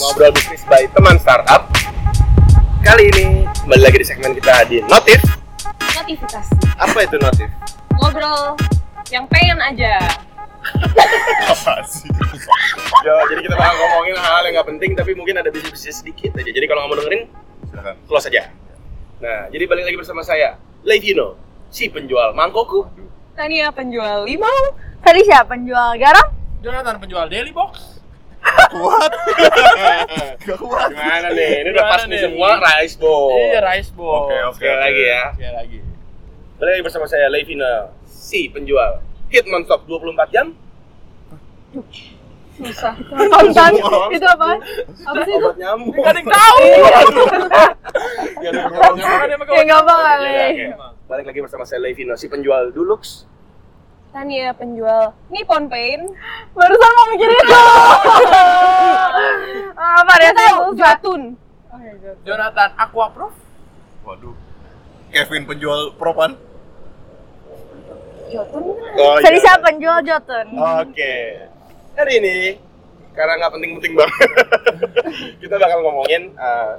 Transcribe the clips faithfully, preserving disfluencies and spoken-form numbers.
Ngobrol bisnis by teman startup. Kali ini kembali lagi di segmen kita di Notif. Notifikasi. Apa itu Notif? Ngobrol yang pengen aja. Apa sih? Yo, jadi kita bakal ngomongin hal yang nggak penting tapi mungkin ada bisnis-bisnis sedikit aja. Jadi kalau nggak mau dengerin, silakan close aja. Nah, jadi balik lagi bersama saya, Levino, si penjual mangkokku. Tania penjual limau. Felicia penjual garam. Jonathan penjual Daily Box. Kuat. Gak kuat. Gimana nih? Ini udah pas nih semua rice bowl. Iya, rice bowl. Oke, oke. Sekali lagi ya. Sekali lagi. Balik lagi bersama saya, Levino, si penjual hit non-stop dua puluh empat jam. Susah. Kontan. Itu apa? Apa sih itu? Obat nyamuk. Gak ada yang tahu. Gak ada yang tahu. Ya gampang Oke, kali. oke. Balik lagi bersama saya, Levino, si penjual Dulux. Tania penjual Nippon Paint. Barusan mau mikir itu. Ah, variasi susah. Jatun. Jonathan Aquaproof. Waduh. Kevin penjual propan. Jatun. Oh, Felicia iya. penjual Jotun. Oke. Hari ini karena nggak penting-penting banget, kita bakal ngomongin uh,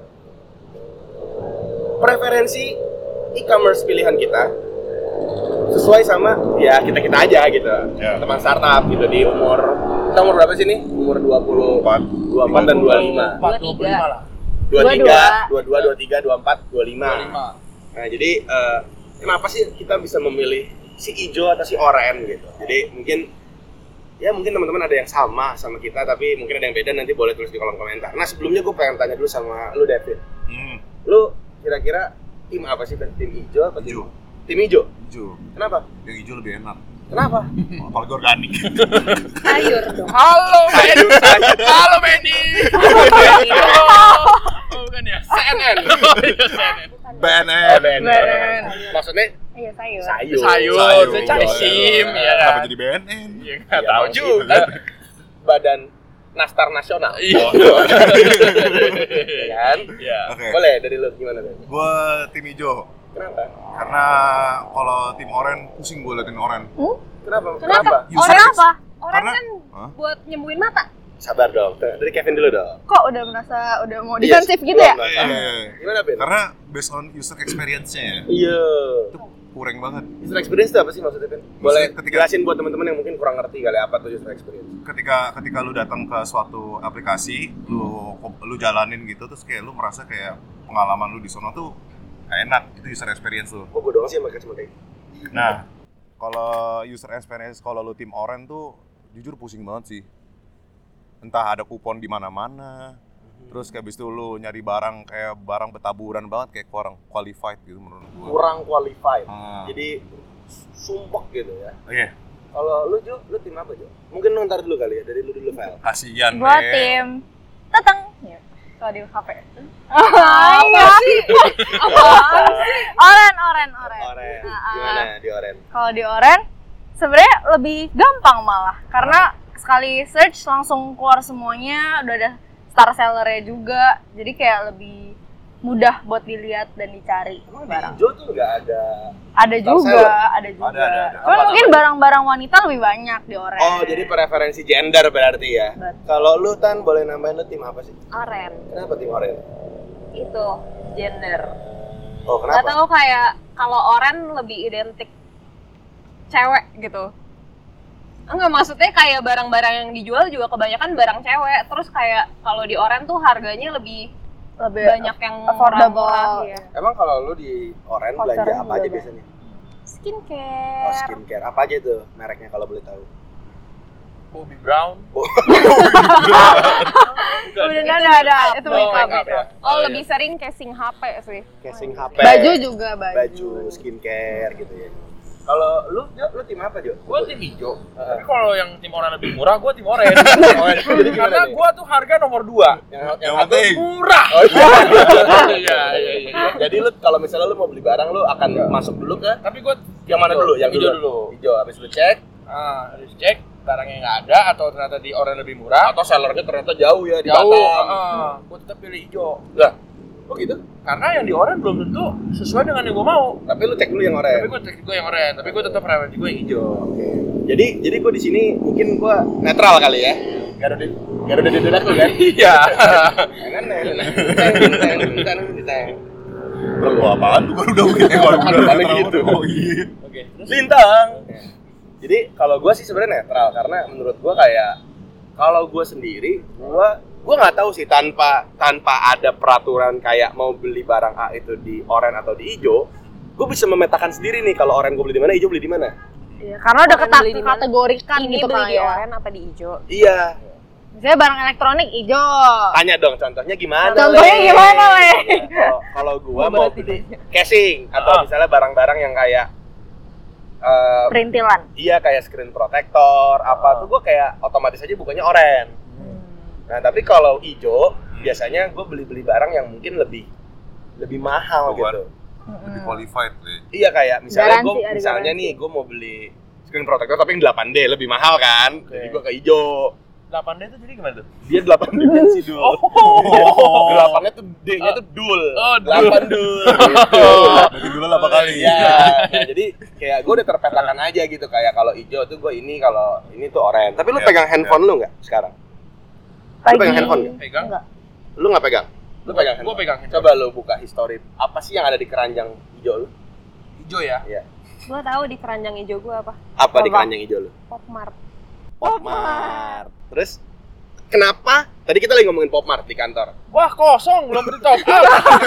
preferensi e-commerce pilihan kita sesuai sama ya kita-kita aja gitu. Ya. Teman startup gitu di umur kita umur berapa sih nih? Umur dua puluh empat, dua puluh empat dan dua puluh lima. dua puluh lima lah. dua puluh tiga, dua dua puluh dua, dua puluh tiga, dua puluh empat, dua puluh lima. dua puluh lima. Nah, jadi uh, kenapa sih kita bisa memilih si hijau atau si oranye gitu? Jadi mungkin ya mungkin teman-teman ada yang sama sama kita tapi mungkin ada yang beda, nanti boleh tulis di kolom komentar. Nah, sebelumnya gue pengen tanya dulu sama lu, David. Hmm. Lu kira-kira tim apa sih? Tim hijau apa tim Hijau. Tim hijau. Hijau. Kenapa? Yang hijau lebih enak. Kenapa? Apalagi organik. Sayur dong. Halo Benny. Halo Benny. Halo. Oh, bukan ya? C N N. Oh, iya, C N N. Oh, B N N. B N N. Maksudnya Iya sayur. sayur. Sayur. Sayur. Saya cari SIM, ya kan? Kenapa jadi B N N? Iya, nggak Ya, tahu mungkin. juga. Badan Nastar Nasional. Iya. Ya kan? Iya. Oke. Boleh dari lu gimana, Ben? Gua tim hijau. Kenapa? Karena kalau tim oren pusing gue liatin oren. Hmm? Kenapa? Kenapa? User Orang ex- apa? Orang Karena- kan Hah? buat nyembuhin mata. Sabar dong. Dari Kevin dulu dong. Kok udah merasa udah mau Iya, defensif gitu ya? belum, Iya, Mas. iya, iya. Gimana, Ben? Karena based on user experience-nya ya, Iya. itu kurang banget. User experience itu apa sih maksudnya, Ben? Boleh Ketika- jelasin buat teman-teman yang mungkin kurang ngerti kali apa tuh user experience. Ketika ketika lu datang ke suatu aplikasi, lu lu jalanin gitu terus kayak lu merasa kayak pengalaman lu di sono tuh gak enak, itu user experience lu. Kok gue doang sih yang pakai cuma kayak gitu? Nah, kalau user experience kalau lu tim oren tuh jujur pusing banget sih. Entah ada kupon di mana-mana. Terus kayak abis itu lu nyari barang kayak barang betaburan banget kayak kurang qualified gitu menurut gua. Kurang qualified. Hmm. Jadi sumpek gitu ya. Oke, Kalau lu, Jo, lu tim apa, Jo? Mungkin lu ntar dulu kali ya, dari lu dulu, Val. kasihan Gua Re. tim Teteng. Ya. Kalau di H P. Apa sih? Apaan sih? Oren, oren, oren. Oren. Ah, ah. Gimana di Oren? Kalau di oren sebenarnya lebih gampang malah karena sekali search langsung keluar semuanya, udah ada star sellernya juga, jadi kayak lebih mudah buat dilihat dan dicari Emang di barang. hijau tuh nggak ada. Ada Star juga, seller? ada juga. Ada, ada, ada. Cuman Apa mungkin namanya? barang-barang wanita lebih banyak di oren. Oh, jadi preferensi gender berarti ya. Betul. Kalau lu, Tan, boleh nambahin lu tim apa sih? Oren. Kenapa tim Oren? Itu gender. Oh, Gak kenapa? tahu kayak kalau oren lebih identik cewek gitu. Enggak, maksudnya kayak barang-barang yang dijual juga kebanyakan barang cewek. Terus kayak kalau di oren tuh harganya lebih lebih banyak yang affordable. murah-murah, ya. Emang kalau lu di Oren Vouchernya belanja apa juga aja ada. biasanya? Skincare. Oh, skincare. Apa aja tuh mereknya kalau boleh tahu? Bobbi Brown. Udah ada ada itu Oh, makeup. makeup ya. Oh, Oh, lebih sering casing H P sih. Casing H P. Baju juga baju. Baju, skincare gitu ya. Kalau lu, Jo, lu tim apa, Jo? Gue tim hijau. Heeh. Tapi kalau yang tim oren lebih murah, gue tim oren. Oh, jadi gimana Karena nih? gue tuh harga nomor dua. Yang, Yang satu penting. Murah. Oh iya. Iya, iya, iya. Jadi lu kalau misalnya lu mau beli barang lu akan masuk dulu ke Tapi gue yang mana dulu? Yang hijau dulu. Hijau, habis lu cek Ah, harus cek barangnya nggak ada atau ternyata di oren lebih murah. atau sellernya ternyata jauh ya di Jauh. Batam. Ah, gue tetap pilih hijau. Lah, oh gitu? Karena yang di oren belum tentu sesuai dengan yang gue mau. Tapi lu cek dulu yang oren. Tapi gue cek gue yang oren, tapi gue tetap preferensi gue yang hijau. Oke. Jadi jadi gue di sini mungkin gue netral kali ya. Garuda Garuda di dadaku kan? Iya. Kan kan kan Bro, apaan tuh Garuda begini? Garuda gitu. Oh iya. Oke. Lintang. Jadi kalau gue sih sebenarnya netral karena menurut gue kayak kalau gue sendiri gue gue nggak tahu sih tanpa tanpa ada peraturan kayak mau beli barang A itu di oranye atau di hijau, gue bisa memetakan sendiri nih kalau oranye gue beli di mana, hijau beli di mana. Iya, karena udah Orang ketak beli di mana? kategorikan Ini gitu beli kan di ya. oranye apa di hijau? Iya. Misalnya barang elektronik hijau. Tanya dong contohnya gimana? Contohnya Le? gimana, Le? Ya, Kalau kalau gue mau beli casing atau misalnya barang-barang yang kayak eh, Perintilan. iya kayak screen protector apa tuh gue kayak otomatis aja bukannya oranye. Nah tapi kalau hijau biasanya gue beli-beli barang yang mungkin lebih lebih mahal Bukan. gitu. Lebih qualified deh. Iya kayak misalnya gue Garansi, ada misalnya garansi. nih gue mau beli screen protector tapi yang delapan D lebih mahal kan. Jadi gue ke hijau. delapan D itu jadi gimana tuh? Dia delapan D sih dul. Oh. delapan-nya tuh D-nya tuh dul. Oh, dul. delapan dul. Berarti dulu delapan kali. Iya. Nah, jadi kayak gue udah terpetakan aja gitu kayak kalau hijau tuh gue ini, kalau ini tuh oranye. Tapi lu Iya, pegang handphone lu nggak sekarang? Lu pegang handphone nggak? Pegang. Enggak. Lu nggak pegang? Lu pegang Gua handphone? pegang handphone. Coba lu buka history. Apa sih yang ada di keranjang hijau lu? Hijau ya. Iya. Gua tahu di keranjang hijau gua apa? Apa di Apa? keranjang hijau lu? Popmart. Popmart. Terus kenapa? Tadi kita lagi ngomongin Popmart di kantor. Wah, kosong, belum di top up.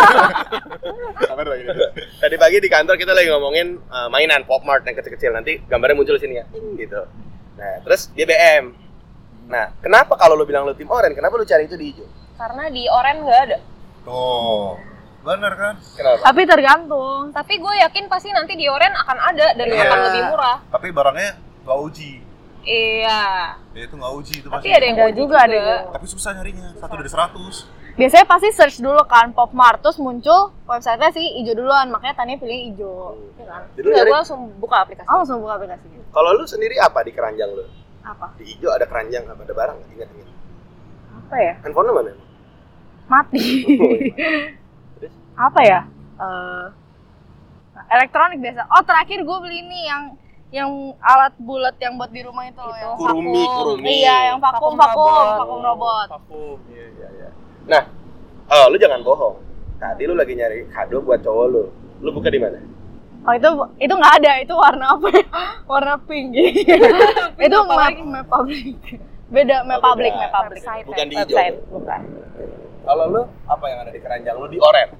Tadi pagi di kantor kita lagi ngomongin uh, mainan Popmart yang kecil-kecil. Nanti gambarnya muncul di sini ya. Gitu. Nah, terus dia B M. Nah, kenapa kalau lu bilang lu tim oranye, kenapa lu cari itu di hijau? Karena di oranye nggak ada. Tuh. Bener kan? Kenapa? Tapi tergantung. Tapi gue yakin pasti nanti di oranye akan ada dan Iya. akan lebih murah. Tapi barangnya nggak O G. Iya. Ya itu nggak O G itu Tapi pasti. ada yang Ada O G juga, ada juga. Tapi susah nyarinya. Satu dari seratus. Biasanya pasti search dulu kan Popmart, terus muncul website-nya sih hijau duluan, makanya Tania pilih hijau. Iya kan? Jadi lu Enggak, nyari, gue langsung buka aplikasi. Oh, langsung buka aplikasinya. kalau lu sendiri apa di keranjang lu? Apa? Di hijau ada keranjang apa ada barang? Ingat ingat. Apa ya? Handphone lu mana? Mati. Terus? Apa ya? Eh, elektronik biasa. Oh, terakhir gue beli ini yang yang alat bulat yang buat di rumah itu loh, yang Kurumi, vakum. kurumi. Iya, yang vakum, Vakum vakum, robot. vakum robot. Vakum. Iya iya iya. Nah, oh, lu jangan bohong. Tadi lu lagi nyari kado buat cowok lu. Lu buka di mana? Oh, itu itu nggak ada, itu warna apa ya? Warna pink. Itu map, map public. Beda map Oh, public, beda. map public. Website. Bukan di hijau. Website, tuh. bukan. Kalau lu apa yang ada di keranjang lu di oranye?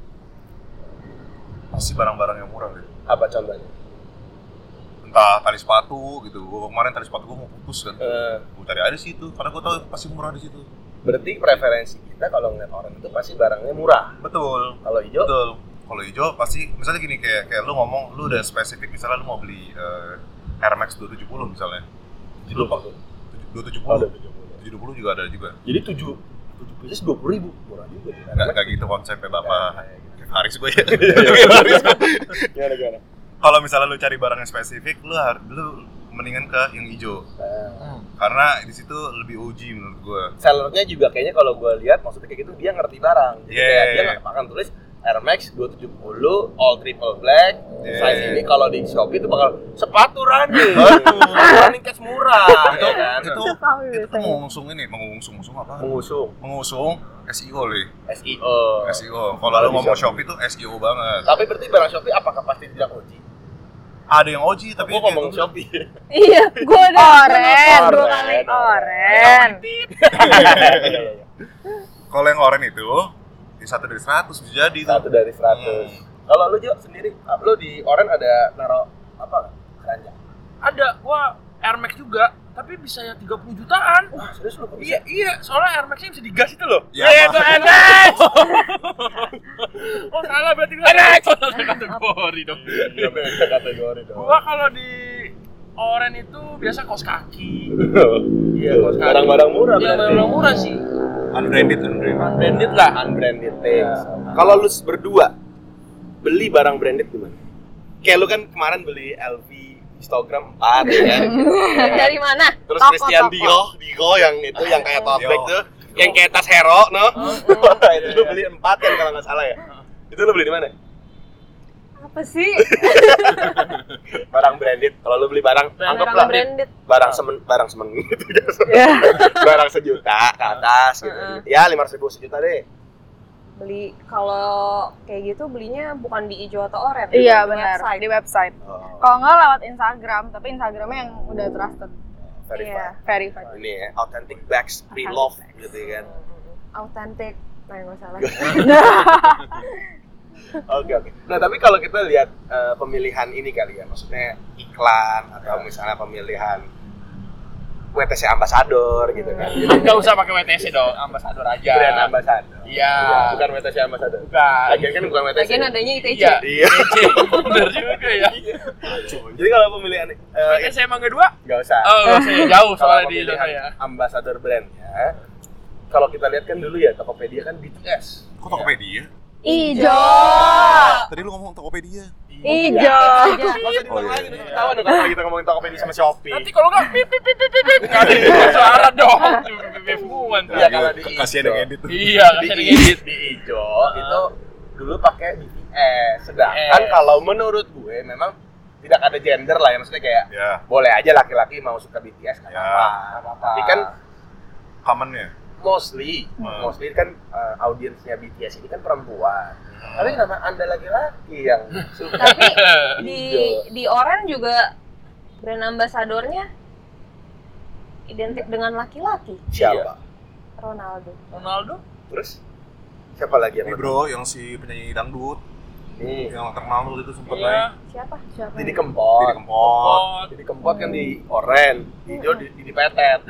Pasti barang-barang yang murah deh. Apa contohnya? Entah tali sepatu gitu. Gua kemarin tali sepatu gua mau putus kan. Eh, Gua cari aja situ karena gua tahu pasti murah di situ. berarti preferensi kita kalau ngeliat oranye itu pasti barangnya murah. Betul. Kalau hijau, Betul. Kalau hijau pasti misalnya gini kayak kayak lu ngomong lu udah spesifik misalnya lu mau beli eh, Air Max dua tujuh nol misalnya. Jadi lu Lupa tuh. dua tujuh Oh, nol. ada tujuh puluh. tujuh puluh juga ada juga. Jadi tujuh tujuh pieces dua puluh ribu, murah juga. Enggak enggak gitu konsepnya Bapak Kev Haris gue ya. Gimana gimana? Kalau misalnya lu cari barang yang spesifik, lu harus lu mendingan ke yang hijau. Nah, Karena di situ lebih O G menurut gue. sellernya juga kayaknya kalau gue lihat maksudnya kayak gitu dia ngerti barang. Jadi Yeah. kayak dia nggak akan tulis Air Max dua tujuh nol all triple black. Yeah. Size ini kalau di Shopee itu bakal sepatu running. Betul. Sepatu running cash murah, ya kan? Itu Tahu itu tuh biasanya. mengusung ini, mengusung usung apa? Mengusung Mengusung S E O lih. S E O. S E O. Kalau lu di ngomong Shopee. Shopee itu S E O banget. Tapi berarti barang Shopee apakah pasti tidak O G? Ada yang O G tapi Gue ngomong Shopee. Iya, gue udah Oren, dua Oren. kali oren. kalau yang oranye itu di satu dari seratus bisa jadi tuh. Satu dari seratus. Hmm. Kalau lu Jo sendiri, lu di Oren ada naro apa? Keranjang. Ada, gua Air Max juga, tapi bisa ya tiga puluh jutaan. Wah, serius lu kok Iya, bisa? iya, soalnya Air Max-nya bisa digas itu loh. Ya, Iya, Mas. itu Air Max. Oh, salah berarti gua. Air Max. Kategori dong. Iya, beda kategori dong. Gua kalau di Oren itu biasa kaos kaki. Iya, barang-barang murah Yang berarti. barang murah sih. Unbranded, unbranded. Branded lah. Unbranded things. Kalau lu berdua beli barang branded gimana? Kayak lu kan kemarin beli L V Instagram empat ya kan? Dari mana? Terus Toko, Christian toko. Dior, Dior yang itu yang kayak tote bag Dior. tuh, yang kayak tas hero, no? Itu lu beli empat kan kalau nggak salah ya? Itu lu beli di mana? Apa sih? Barang branded. Kalau lu beli barang, Barang anggaplah branded. barang semen, barang semen gitu. Ya. Barang sejuta ke atas gitu. Heeh. Ya lima ratus ribu sejuta deh. Beli kalau kayak gitu belinya bukan di Ijo atau Oren. Iya di benar, website. di website. Oh, Kalau nggak lewat Instagram, tapi Instagramnya yang udah trusted, verified. Iya. verified. Ini ya, authentic bags pre-love gitu kan. Authentic. Nah, nggak salah. Oke oke. Nah tapi kalau kita lihat eh, pemilihan ini kali ya, maksudnya iklan atau misalnya pemilihan W T C ambassador gitu kan. Jadi Enggak usah pakai W T C dong, ambasador aja. brand ambassador. Iya. Bukan W T C ambassador. Bukan. Lagian kan bukan W T C. Lagian adanya I T C. Iya. Iya. Bener juga ya. Jadi kalau pemilihan W eh, T C emang kedua? nggak usah. Oh, nggak usah ya. Jauh Kalau soalnya di pemilihan sana ya. ambassador brandnya, kalau kita lihat kan dulu ya Tokopedia kan B T S. Kok Tokopedia? Ijo, Tadi lu ngomong Tokopedia. Ijo. Nggak usah diulang Oh, iya, lagi, iya. ketahuan dong kalau kita ngomongin Tokopedia sama Shopee. Nanti kalau nggak pip pip pip pip pip nggak ada suara dong. Pip pip semua ntar. Iya, kalau di Kasihan Ijo. yang edit tuh. Iya, di, kasih edit. di Ijo itu dulu pakai B T S. Sedangkan Yes. kalau menurut gue memang tidak ada gender lah ya, maksudnya kayak Ya, boleh aja laki-laki mau suka B T S nggak Ya. apa-apa. Tapi kan common-nya. mostly, Hmm. mostly kan uh, audiensnya B T S ini kan perempuan. Tapi kenapa anda laki-laki yang suka? Tapi di Ijo? di Oren juga brand ambasadornya identik dengan laki-laki. Siapa? Ronaldo. Ronaldo? Terus siapa lagi yang Ini lebih? bro, yang si penyanyi dangdut, Nih, yang terkenal tuh itu sempet Iya. naik. Siapa? Siapa? Didi Didi Kempot. Kempot. Didi Kempot kan di oren, di hijau di, di, di petet.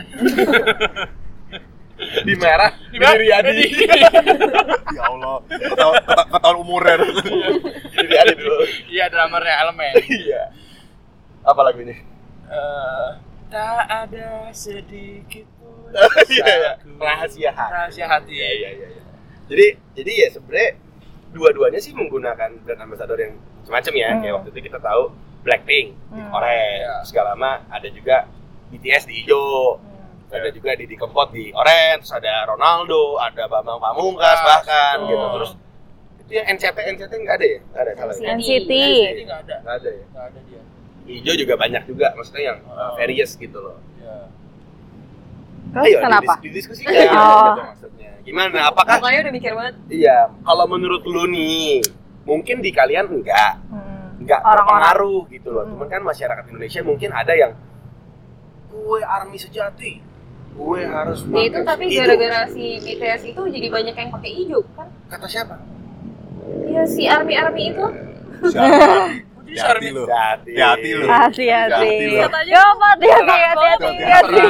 Di merah, di Riyadi. Ya Allah, ketahuan keta- ketahuan umurnya. Di Riyadi dulu. Iya, drummernya Elemen. Iya. Apa lagunya? Eh, tak ada sedikit pun Iya, iya. rasaku. Rahasia hati. Rahasia hati. Iya, iya, iya. iya. Jadi, jadi ya sebenarnya dua-duanya sih menggunakan brand ambassador yang macam-macam ya. Hmm. Kayak waktu itu kita tahu Blackpink di Hmm. oren, Iya. terus gak lama ada juga B T S di hijau. Ada juga Didi Kempot di oren, terus ada Ronaldo, ada Bambang Pamungkas bahkan Oh. gitu. Terus itu yang N C T N C T nggak ada ya? Nggak ada salah ya? N C T. Jadi nggak ada. Nggak ada ya? Nggak ada dia. Hijau juga banyak juga, maksudnya yang uh, Oh. various gitu loh. Iya. Terus Ayo kenapa? didis- didiskusikan Oh. gitu maksudnya. Gimana? Apakah Pokoknya udah mikir banget. iya, kalau menurut lu nih, mungkin di kalian enggak, Hmm. enggak Orang-orang. terpengaruh gitu loh. Hmm. Cuman kan masyarakat Indonesia mungkin ada yang gue army sejati, gue harus Ya itu pakai tapi hijau. gara-gara si B T S itu jadi banyak yang pakai hijau kan? Kata siapa? Ya si army-army itu. Siapa? Jadi Hati sorry. lu. Hati. Hati lu. Hati-hati. Hati lu. Coba hati-hati, hati-hati, hati-hati.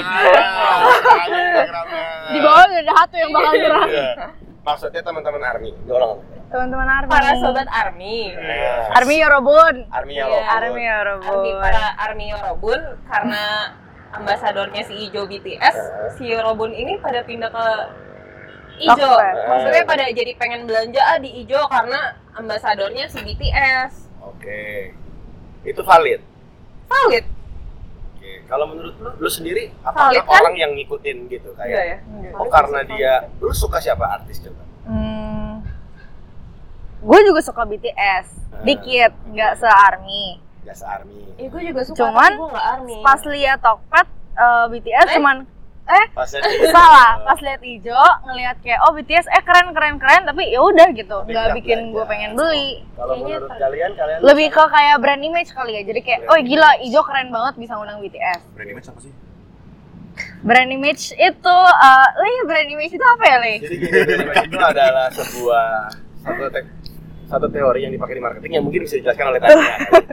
Di bawah udah ada satu yang bakal gerak. Iya. Maksudnya teman-teman army, dorong. Teman-teman Army. Para sobat army. Nah, Army Yorobun. army ya Iya. lo. Army Yorobun. Army para army Yorobun karena ambasadornya si Ijo B T S, si Yorobun ini pada pindah ke Ijo. Oke. Maksudnya pada jadi pengen belanja ah, di Ijo karena ambasadornya si B T S. Oke. Itu valid. Valid. Oke. Kalau menurut lu, lu sendiri apakah Valid kan? orang yang ngikutin gitu kayak? Iya ya. Oh karena dia, lu suka siapa artis coba? Hmm. Gue juga suka B T S. Dikit, nggak se-Army. Jasa army. Ya gue juga suka, Cuman, tapi gue nggak army. Pas lihat Tokped, eh, B T S Eh? cuman eh Pas salah. Pas lihat Ijo, ngelihat kayak oh B T S eh keren keren keren, tapi ya udah gitu, Tapi nggak nggak bikin gue belanja. pengen beli. Kalau Kayaknya menurut ter- kalian, kalian Lebih ke kayak brand image kali ya. Jadi kayak, oh gila Ijo keren banget bisa ngundang B T S. Brand image apa sih? Brand image itu, eh Le, brand image itu apa ya Le? Jadi gini, brand itu adalah sebuah satu te- satu teori yang dipakai di marketing yang mungkin bisa dijelaskan oleh Tania.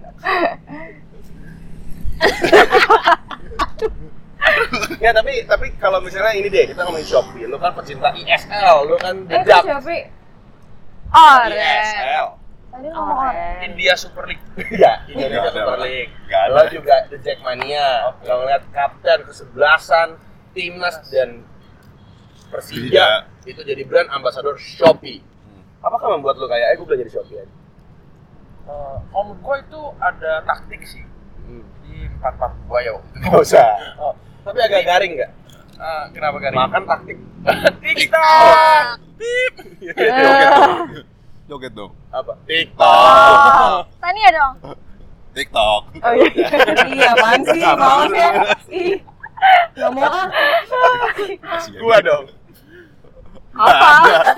Ya tapi tapi kalau misalnya ini deh kita ngomongin Shopee, lu kan pecinta I S L, lu kan Eh, jejak siapa? Oh, I S L, Tadi ngomong orang. India Super League. ya Indonesia Nggak ada, Super Bang. League. Nggak ada. Lo juga The Jack Mania, kalau ngeliat kapten kesebelasan timnas dan Persija itu jadi brand ambassador Shopee. Apakah membuat lu kayak, eh gue belajar di Shopee aja? Eh, Om gue itu ada taktik sih Hmm. di empat empat dua ya. Nggak usah. Oh, tapi agak garing nggak? Eh, kenapa garing? Makan taktik. TikTok. Oke, oke. Joget dong. Apa? TikTok. Tania dong. TikTok. Oh iya. Iya, apaan sih? Males ya. Ih. Enggak mau ah. Gua dong. Apa?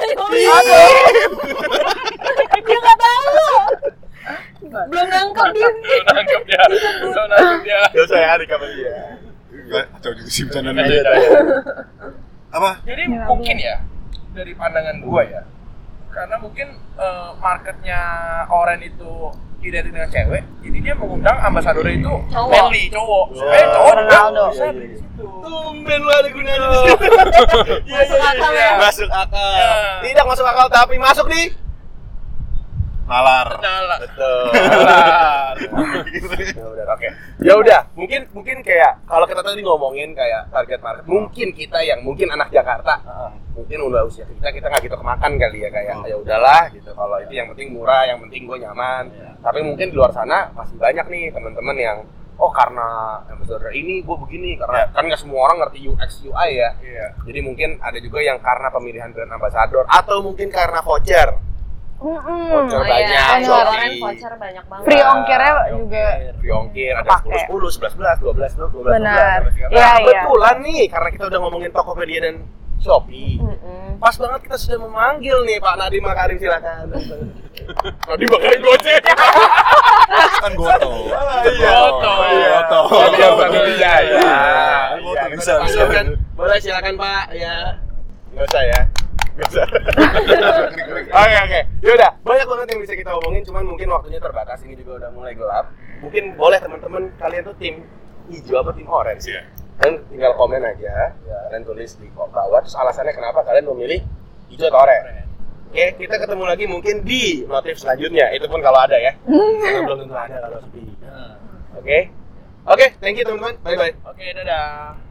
Dia enggak tahu. Belum nangkep dia. Nangkep dia. Belum nangkep dia. Gak usah ya, rekaman dia. Enggak, kacau juga sih bercandaan Ayo, ini. ayo. Apa? Jadi mungkin ya dari pandangan gua ya, karena mungkin eh, marketnya Oren itu identik dengan cewek, jadi dia mengundang ambasadornya itu Cowok. manly, cowok. Supaya Wow. cowok juga Ronaldo. bisa beli di situ. Tumben lu ada gunanya di situ. Iya, Masuk akal ya. Masuk akal. Ya. Tidak masuk akal tapi masuk di Nalar. Nyala. betul. Nalar. Ya udah, oke. Ya udah, mungkin mungkin kayak kalau kita tadi ngomongin kayak target market, mungkin kita yang mungkin anak Jakarta, mungkin udah usia kita kita nggak gitu kemakan kali ya kayak ya udahlah gitu. Kalau itu yang penting murah, yang penting gue nyaman. Tapi mungkin di luar sana masih banyak nih teman-teman yang oh karena ambassador ini gue begini karena kan nggak semua orang ngerti U X U I ya. Iya. Jadi mungkin ada juga yang karena pemilihan brand ambassador atau mungkin karena voucher. Mm-mm. Voucher Oh, banyak, iya. Shopee. Orang voucher banyak banget. Free ongkirnya juga. Free ongkir ada Pakai. sepuluh sepuluh, sebelas sebelas, dua belas dua belas. Benar. Nah, Iya, iya. kebetulan nih karena kita udah ngomongin Tokopedia dan Shopee. Mm-mm. Pas banget kita sudah memanggil nih Pak Nadiem Makarim, silakan. Nadiem Makarim Gojek. Kan goto. Iya. Goto, iya. Goto. Oh, iya, Pak Nadiem. Iya, iya. Goto, Iya, bisa, kita bisa. panggilkan. Boleh silakan Pak, ya. Enggak usah ya. Enggak usah. Oke, oke. Yaudah, banyak banget yang bisa kita omongin, cuman mungkin waktunya terbatas. Ini juga udah mulai gelap. Mungkin boleh teman-teman kalian tuh tim hijau apa tim orange ya? Dan tinggal komen aja, dan tulis di bawah. Terus alasannya kenapa kalian memilih hijau atau orange? Oke, kita ketemu lagi mungkin di notif selanjutnya. Itu pun kalau ada ya. Karena belum tentu ada kalau sepi. Oke, oke, thank you teman-teman. Bye bye. Oke, dadah.